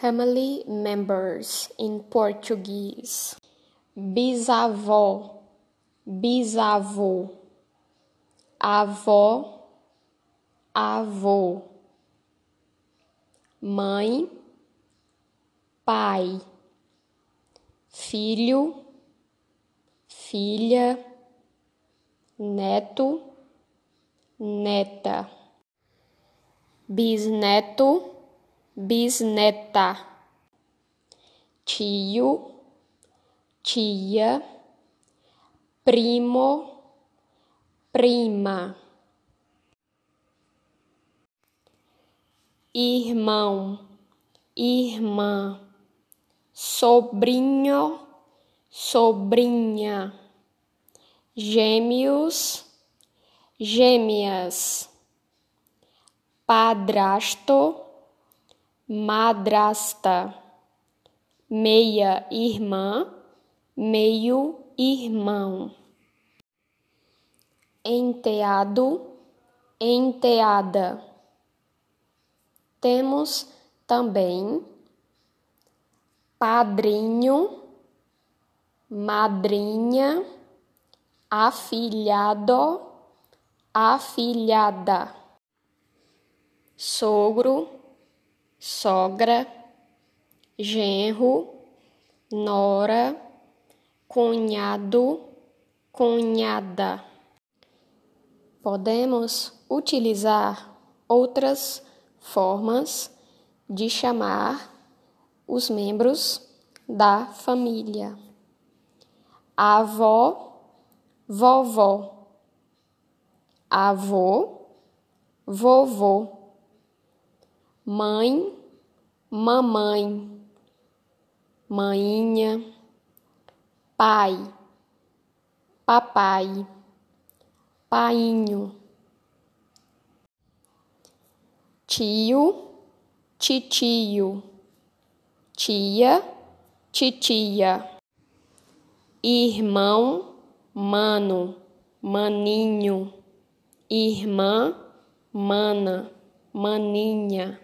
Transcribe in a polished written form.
Family members in Portuguese. Bisavó, bisavô, avó, avô, mãe, pai, filho, filha, neto, neta, bisneto, bisneta, tio, tia, primo, prima, irmão, irmã, sobrinho, sobrinha, gêmeos, gêmeas, padrasto, madrasta, meia-irmã, meio-irmão, enteado, enteada. Temos também padrinho, madrinha, afilhado, afilhada, sogro, sogra, genro, nora, cunhado, cunhada. Podemos utilizar outras formas de chamar os membros da família: avó, vovó, avô, vovô, mãe, mamãe, mainha, pai, papai, painho, tio, titio, tia, titia, irmão, mano, maninho, irmã, mana, maninha.